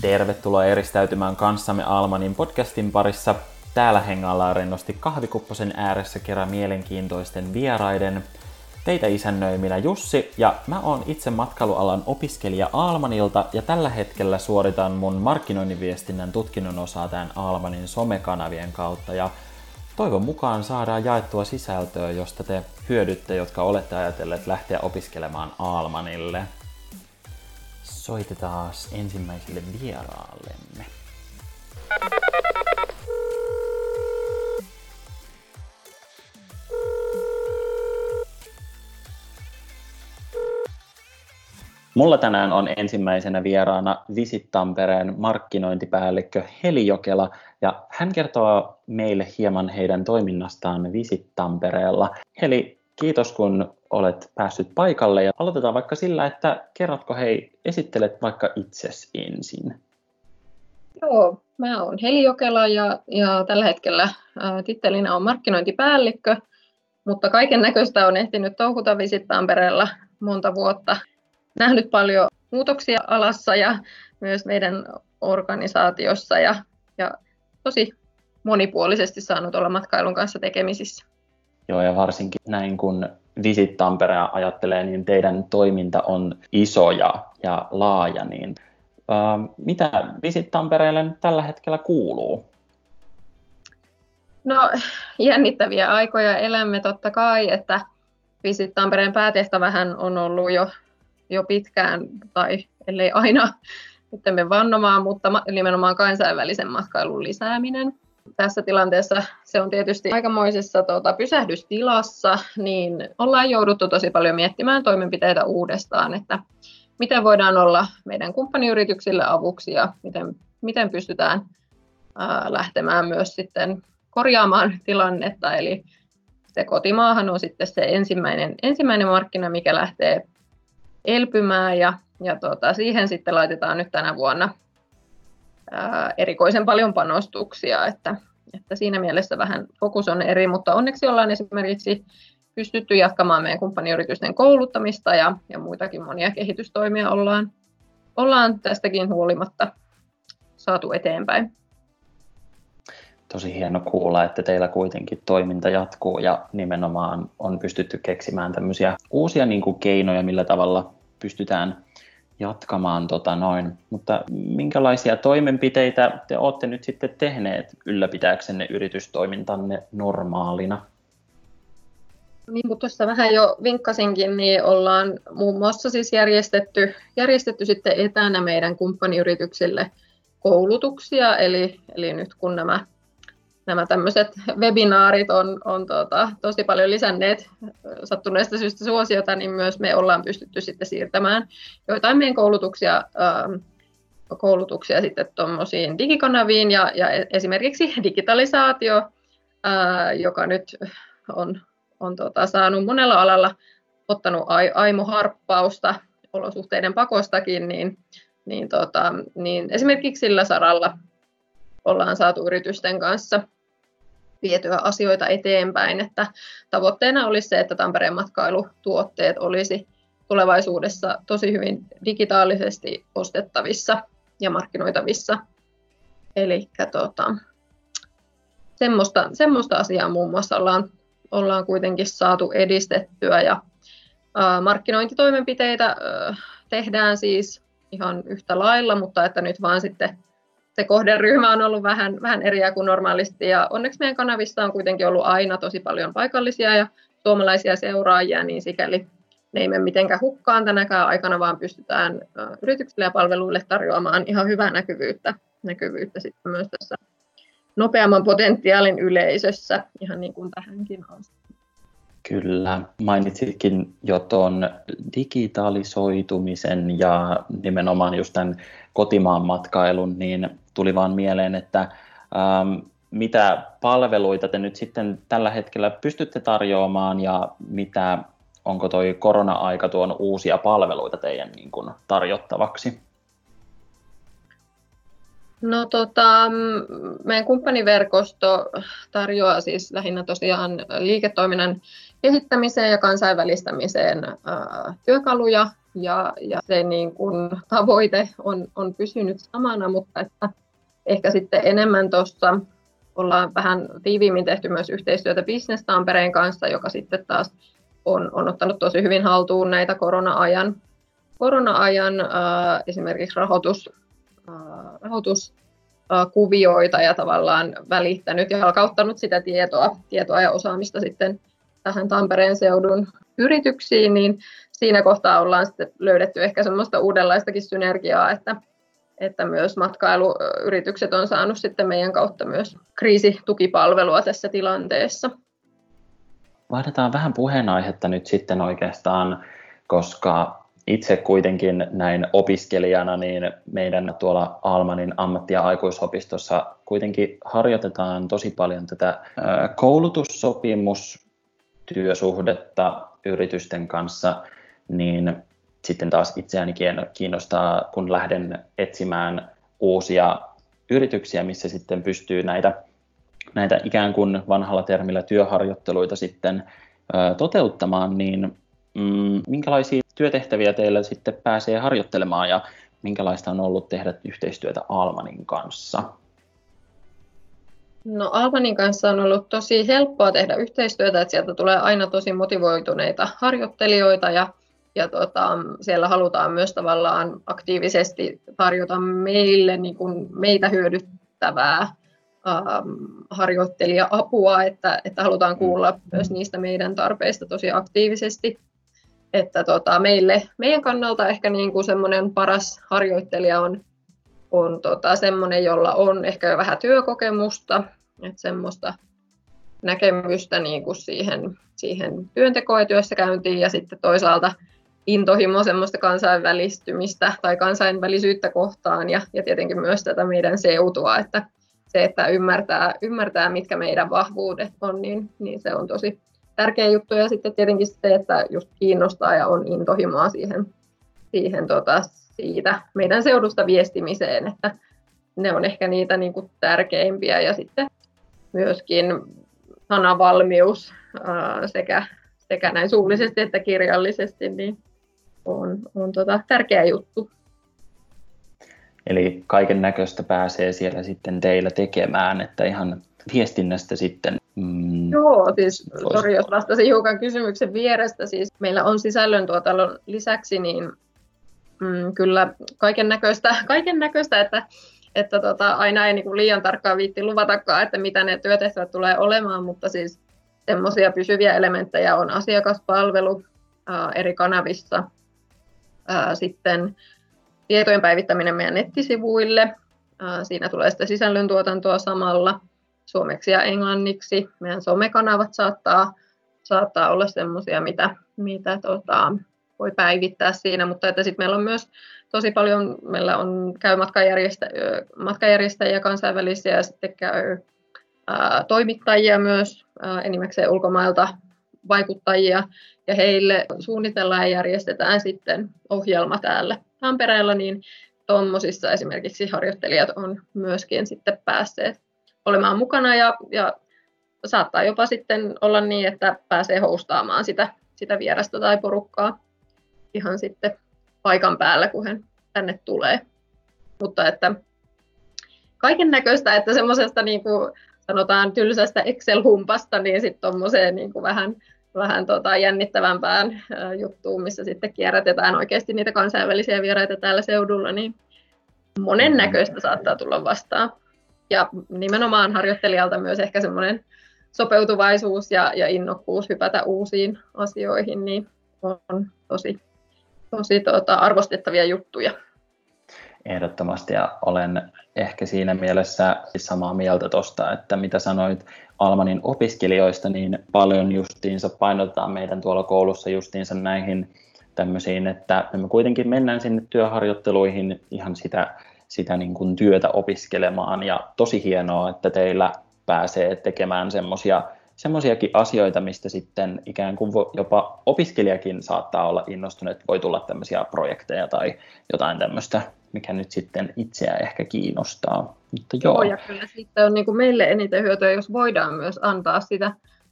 Tervetuloa eristäytymään kanssamme Almanin podcastin parissa. Täällä hengaillaan rennosti kahvikupposen ääressä kerran mielenkiintoisten vieraiden. Teitä isännöi minä Jussi ja mä oon itse matkailualan opiskelija Almanilta ja tällä hetkellä suoritan mun markkinoinnin tutkinnon osaa tämän Almanin somekanavien kautta ja toivon mukaan saadaan jaettua sisältöä, josta te hyödytte, jotka olette ajatelleet lähteä opiskelemaan Almanille. Soitetaan ensimmäiselle vieraallemme. Mulla tänään on ensimmäisenä vieraana Visit Tampereen markkinointipäällikkö Heli Jokela ja hän kertoo meille hieman heidän toiminnastaan Visit Tampereella. Heli, kiitos kun olet päässyt paikalle ja aloitetaan vaikka sillä, että kerrotko esittelet vaikka itsesi ensin. Joo, mä oon Heli Jokela ja tällä hetkellä tittelinä on markkinointipäällikkö, mutta kaiken näköistä on ehtinyt touhuta Visit Tampereella monta vuotta. Nähnyt paljon muutoksia alassa ja myös meidän organisaatiossa ja tosi monipuolisesti saanut olla matkailun kanssa tekemisissä. Joo, ja varsinkin näin kun Visit Tamperea ajattelee, niin teidän toiminta on iso ja laaja. Niin, mitä Visit Tampereelle tällä hetkellä kuuluu? No, jännittäviä aikoja elämme totta kai, että Visit Tampereen päätehtävähän on ollut jo pitkään, tai ellei aina, nyt me vannomaan, mutta nimenomaan kansainvälisen matkailun lisääminen. Tässä tilanteessa se on tietysti aikamoisessa pysähdystilassa, niin ollaan jouduttu tosi paljon miettimään toimenpiteitä uudestaan, että miten voidaan olla meidän kumppaniyrityksille avuksi ja miten pystytään lähtemään myös sitten korjaamaan tilannetta. Eli se kotimaahan on sitten se ensimmäinen markkina, mikä lähtee elpymään ja siihen sitten laitetaan nyt tänä vuonna erikoisen paljon panostuksia, että siinä mielessä vähän fokus on eri, mutta onneksi ollaan esimerkiksi pystytty jatkamaan meidän kumppaniyritysten kouluttamista ja muitakin monia kehitystoimia ollaan tästäkin huolimatta saatu eteenpäin. Tosi hieno kuulla, että teillä kuitenkin toiminta jatkuu ja nimenomaan on pystytty keksimään tämmöisiä uusia keinoja, millä tavalla pystytään jatkamaan Mutta minkälaisia toimenpiteitä te olette nyt sitten tehneet ylläpitääksenne yritystoimintanne normaalina? Niin kuin tuossa vähän jo vinkkasinkin, niin ollaan muun muassa siis järjestetty sitten etänä meidän kumppaniyrityksille koulutuksia, eli nyt kun nämä tämmöiset webinaarit on tosi paljon lisänneet sattuneesta syystä suosiota, niin myös me ollaan pystytty sitten siirtämään joitain meidän koulutuksia sitten tuommoisiin digikanaviin ja esimerkiksi digitalisaatio, joka nyt on saanut monella alalla ottanut aimo-harppausta olosuhteiden pakostakin, niin esimerkiksi sillä saralla ollaan saatu yritysten kanssa vietyä asioita eteenpäin, että tavoitteena olisi se, että Tampereen matkailutuotteet olisi tulevaisuudessa tosi hyvin digitaalisesti ostettavissa ja markkinoitavissa. Eli semmoista asiaa muun muassa ollaan kuitenkin saatu edistettyä ja markkinointitoimenpiteitä tehdään siis ihan yhtä lailla, mutta että nyt vaan sitten se kohderyhmä on ollut vähän eriä kuin normaalisti ja onneksi meidän kanavissa on kuitenkin ollut aina tosi paljon paikallisia ja suomalaisia seuraajia, niin sikäli ne ei mene mitenkään hukkaan tänäkään aikana, vaan pystytään yrityksille ja palveluille tarjoamaan ihan hyvää näkyvyyttä sitten myös tässä nopeamman potentiaalin yleisössä, ihan niin kuin tähänkin on. Kyllä, mainitsitkin jo tuon digitalisoitumisen ja nimenomaan just tämän kotimaan matkailun, niin tuli vaan mieleen, että mitä palveluita te nyt sitten tällä hetkellä pystytte tarjoamaan ja onko toi korona-aika tuonut uusia palveluita teidän tarjottavaksi? No meidän kumppaniverkosto tarjoaa siis lähinnä tosiaan liiketoiminnan kehittämiseen ja kansainvälistämiseen työkaluja ja se niin kuin tavoite on pysynyt samana, mutta että ehkä sitten enemmän tuossa ollaan vähän tiiviimmin tehty myös yhteistyötä Business Tampereen kanssa, joka sitten taas on ottanut tosi hyvin haltuun näitä korona-ajan esimerkiksi rahoituskuvioita ja tavallaan välittänyt ja jalkauttanut sitä tietoa ja osaamista sitten tähän Tampereen seudun yrityksiin, niin siinä kohtaa ollaan sitten löydetty ehkä semmoista uudenlaistakin synergiaa, että myös matkailuyritykset on saanut sitten meidän kautta myös kriisitukipalvelua tässä tilanteessa. Vaihdetaan vähän puheenaihetta nyt sitten oikeastaan, koska itse kuitenkin näin opiskelijana, niin meidän tuolla Almanin ammatti- ja aikuisopistossa kuitenkin harjoitetaan tosi paljon tätä koulutussopimustyösuhdetta yritysten kanssa, niin sitten taas itseäni kiinnostaa, kun lähden etsimään uusia yrityksiä, missä sitten pystyy näitä ikään kuin vanhalla termillä työharjoitteluita sitten toteuttamaan, niin minkälaisia työtehtäviä teillä sitten pääsee harjoittelemaan ja minkälaista on ollut tehdä yhteistyötä Almanin kanssa? No Almanin kanssa on ollut tosi helppoa tehdä yhteistyötä, että sieltä tulee aina tosi motivoituneita harjoittelijoita ja siellä halutaan myös tavallaan aktiivisesti tarjota meille niin kuin meitä hyödyttävää harjoittelija-apua, että halutaan kuulla myös niistä meidän tarpeista tosi aktiivisesti. Että meidän kannalta ehkä niin kuin semmoinen paras harjoittelija on semmoinen, jolla on ehkä jo vähän työkokemusta, että semmoista näkemystä niin kuin siihen työntekoon ja työssäkäyntiin ja sitten toisaalta intohimo semmoista kansainvälistymistä tai kansainvälisyyttä kohtaan ja tietenkin myös tätä meidän seutua, että se, että ymmärtää mitkä meidän vahvuudet on, niin se on tosi tärkeä juttu. Ja sitten tietenkin se, että just kiinnostaa ja on intohimoa siitä meidän seudusta viestimiseen, että ne on ehkä niitä niin kuin tärkeimpiä. Ja sitten myöskin sanavalmius sekä näin suullisesti että kirjallisesti niin on tärkeä juttu. Eli kaiken näköistä pääsee siellä sitten teillä tekemään, että ihan viestinnästä sitten. Joo, siis sori, jos vastasin hiukan kysymyksen vierestä. Siis meillä on sisällöntuotannon lisäksi niin kyllä kaiken näköistä, että aina ei niin liian tarkkaan viitti luvatakaan, että mitä ne työtehtävät tulee olemaan, mutta siis semmoisia pysyviä elementtejä on asiakaspalvelu eri kanavissa, sitten tietojen päivittäminen meidän nettisivuille, siinä tulee sitä sisällöntuotantoa samalla suomeksi ja englanniksi. Meidän somekanavat saattaa olla semmoisia, mitä voi päivittää siinä, mutta että sitten meillä on myös tosi paljon, käy matkanjärjestäjiä kansainvälisiä ja sitten käy toimittajia myös, enimmäkseen ulkomailta vaikuttajia, ja heille suunnitellaan ja järjestetään sitten ohjelma täällä Tampereella, niin tuommoisissa esimerkiksi harjoittelijat on myöskin sitten päässeet olemaan mukana, ja saattaa jopa sitten olla niin, että pääsee hostaamaan sitä vierasta tai porukkaa ihan sitten paikan päällä, kun hän tänne tulee. Mutta että kaiken näköistä, että semmoisesta niin kuin sanotaan tylsästä Excel-humpasta, niin sitten tuommoiseen niin kuin vähän jännittävämpään juttuun, missä sitten kierrätetään oikeasti niitä kansainvälisiä vieraita täällä seudulla, niin monen näköistä saattaa tulla vastaan. Ja nimenomaan harjoittelijalta myös ehkä semmoinen sopeutuvaisuus ja innokkuus hypätä uusiin asioihin, niin on tosi arvostettavia juttuja. Ehdottomasti, ja olen ehkä siinä mielessä samaa mieltä tuosta, että mitä sanoit Almanin opiskelijoista, niin paljon justiinsa painotetaan meidän tuolla koulussa justiinsa näihin tämmöisiin, että me kuitenkin mennään sinne työharjoitteluihin ihan sitä niin kuin työtä opiskelemaan, ja tosi hienoa, että teillä pääsee tekemään semmoisiakin asioita, mistä sitten ikään kuin jopa opiskelijakin saattaa olla innostunut, että voi tulla tämmöisiä projekteja tai jotain tämmöistä, mikä nyt sitten itseä ehkä kiinnostaa. Mutta joo. Ja kyllä sitten on niin kuin meille eniten hyötyä, jos voidaan myös antaa sitä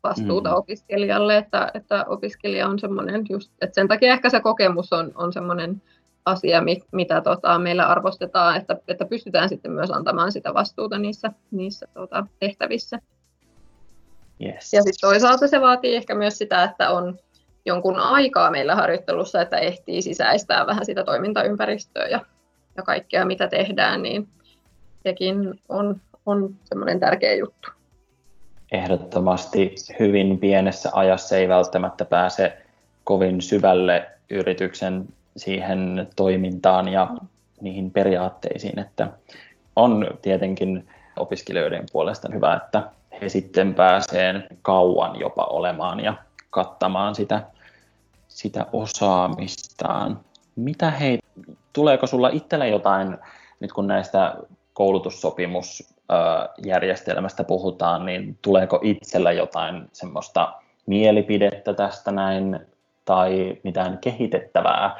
vastuuta opiskelijalle, että opiskelija on semmoinen just, että sen takia ehkä se kokemus on semmoinen asia, mitä meillä arvostetaan, että pystytään sitten myös antamaan sitä vastuuta niissä tehtävissä. Yes. Ja sitten toisaalta se vaatii ehkä myös sitä, että on jonkun aikaa meillä harjoittelussa, että ehtii sisäistää vähän sitä toimintaympäristöä ja kaikkea, mitä tehdään, niin sekin on semmoinen tärkeä juttu. Ehdottomasti hyvin pienessä ajassa ei välttämättä pääse kovin syvälle yrityksen siihen toimintaan ja niihin periaatteisiin, että on tietenkin opiskelijoiden puolesta hyvä, että he sitten pääsee kauan jopa olemaan ja kattamaan sitä osaamistaan. Tuleeko sulla itsellä jotain, nyt kun näistä koulutussopimusjärjestelmästä puhutaan, niin tuleeko itsellä jotain semmoista mielipidettä tästä näin tai mitään kehitettävää?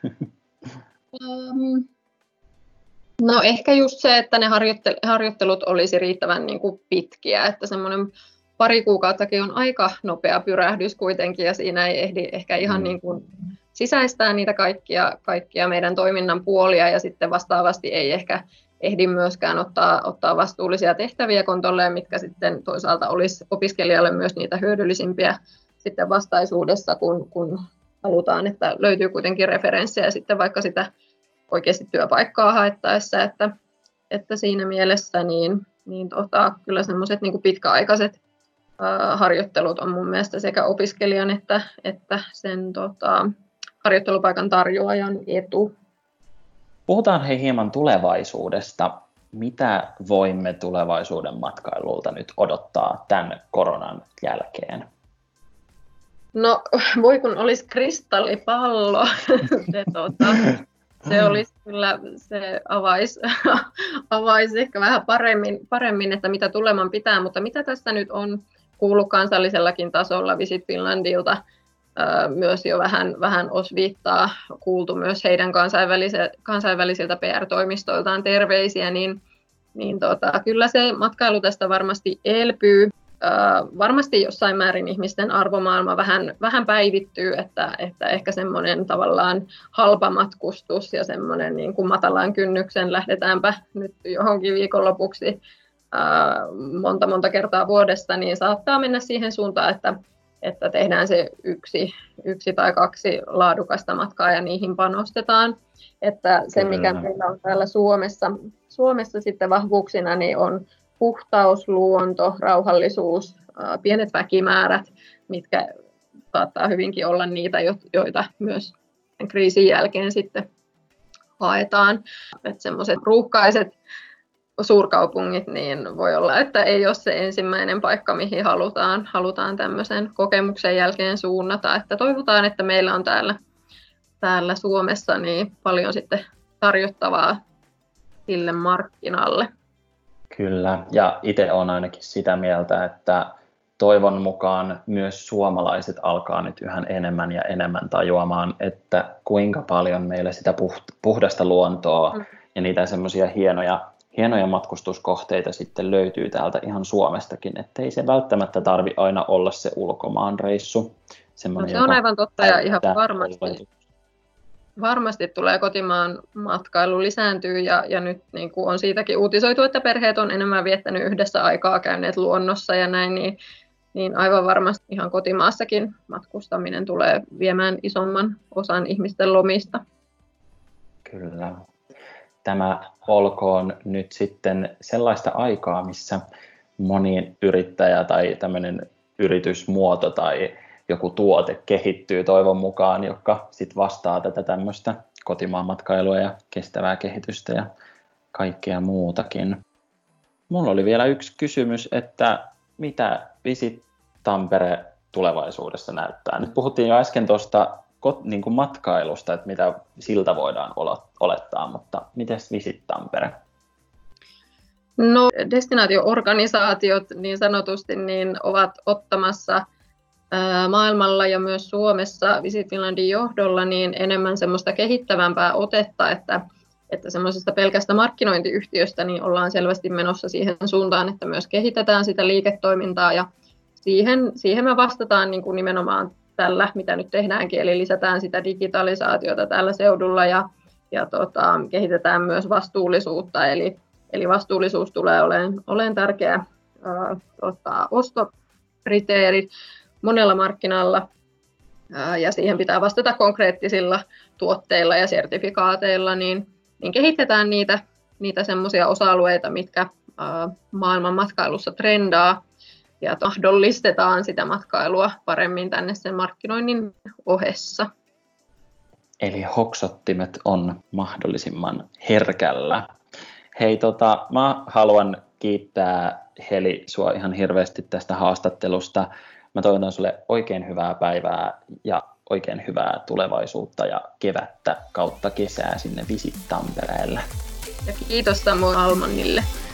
No ehkä just se, että ne harjoittelut olisi riittävän niin kuin pitkiä, että semmoinen pari kuukauttakin on aika nopea pyrähdys kuitenkin ja siinä ei ehdi ehkä ihan niin kuin sisäistää niitä kaikkia meidän toiminnan puolia ja sitten vastaavasti ei ehkä ehdi myöskään ottaa vastuullisia tehtäviä kontolleen, mitkä sitten toisaalta olisi opiskelijalle myös niitä hyödyllisimpiä sitten vastaisuudessa, kun halutaan, että löytyy kuitenkin referenssejä sitten vaikka sitä oikeasti työpaikkaa haettaessa, että siinä mielessä kyllä semmoiset niin kuin pitkäaikaiset harjoittelut on mun mielestä sekä opiskelijan että sen harjoittelupaikan tarjoajan etu. Puhutaan hieman tulevaisuudesta. Mitä voimme tulevaisuuden matkailulta nyt odottaa tämän koronan jälkeen? No voi kun olisi kristallipallo. Se olisi kyllä, se avaisi ehkä vähän paremmin, että mitä tuleman pitää, mutta mitä tässä nyt on kuullut kansallisellakin tasolla Visit Finlandilta, myös jo vähän osviittaa kuultu myös heidän kansainvälisiltä PR-toimistoiltaan terveisiä, niin kyllä se matkailu tästä varmasti elpyy. Varmasti jossain määrin ihmisten arvomaailma vähän päivittyy, että ehkä semmoinen tavallaan halpa matkustus ja semmoinen niin kuin matalan kynnyksen lähdetäänpä nyt johonkin viikonlopuksi monta kertaa vuodesta, niin saattaa mennä siihen suuntaan, että tehdään se yksi tai kaksi laadukasta matkaa ja niihin panostetaan. Että se, mikä meillä on täällä Suomessa sitten vahvuuksina, niin on puhtaus, luonto, rauhallisuus, pienet väkimäärät, mitkä saattaa hyvinkin olla niitä, joita myös kriisin jälkeen sitten haetaan. Että semmoiset ruuhkaiset suurkaupungit, niin voi olla, että ei ole se ensimmäinen paikka, mihin halutaan tämmöisen kokemuksen jälkeen suunnata. Että toivotaan, että meillä on täällä Suomessa niin paljon sitten tarjottavaa sille markkinalle. Kyllä, ja itse olen ainakin sitä mieltä, että toivon mukaan myös suomalaiset alkaa nyt yhä enemmän ja enemmän tajuamaan, että kuinka paljon meillä sitä puhdasta luontoa ja niitä semmoisia hienoja matkustuskohteita sitten löytyy täältä ihan Suomestakin, että ei se välttämättä tarvi aina olla se ulkomaan reissu. No, se on aivan totta ja ihan varmasti tulee kotimaan matkailu lisääntyy ja nyt niin kuin on siitäkin uutisoitu, että perheet on enemmän viettänyt yhdessä aikaa, käyneet luonnossa ja näin, niin aivan varmasti ihan kotimaassakin matkustaminen tulee viemään isomman osan ihmisten lomista. Kyllä. Tämä olkoon nyt sitten sellaista aikaa, missä moni yrittäjä tai tämmöinen yritysmuoto tai joku tuote kehittyy toivon mukaan, joka sitten vastaa tätä tämmöistä kotimaan matkailua ja kestävää kehitystä ja kaikkea muutakin. Mulla oli vielä yksi kysymys, että mitä Visit Tampere tulevaisuudessa näyttää? Nyt puhuttiin jo äsken tuosta niin kuin matkailusta, että mitä siltä voidaan olettaa, mutta mites Visit Tampere? No, destinaatio-organisaatiot niin sanotusti niin ovat ottamassa maailmalla ja myös Suomessa Visit Finlandin johdolla niin enemmän semmoista kehittävämpää otetta, että semmoisesta pelkästä markkinointiyhtiöstä niin ollaan selvästi menossa siihen suuntaan, että myös kehitetään sitä liiketoimintaa ja siihen me vastataan niin kuin nimenomaan tällä, mitä nyt tehdäänkin, eli lisätään sitä digitalisaatiota tällä seudulla ja kehitetään myös vastuullisuutta, eli vastuullisuus tulee olemaan tärkeä ostokriteeri monella markkinalla, ja siihen pitää vastata konkreettisilla tuotteilla ja sertifikaateilla, niin kehitetään niitä semmoisia osa-alueita, mitkä maailman matkailussa trendaa, ja mahdollistetaan sitä matkailua paremmin tänne sen markkinoinnin ohessa. Eli hoksottimet on mahdollisimman herkällä. Hei, mä haluan kiittää Heli sua ihan hirveästi tästä haastattelusta. Mä toivotan sulle oikein hyvää päivää ja oikein hyvää tulevaisuutta ja kevättä kautta kesää sinne Visit Tampereelle. Ja kiitos samoin Almanille.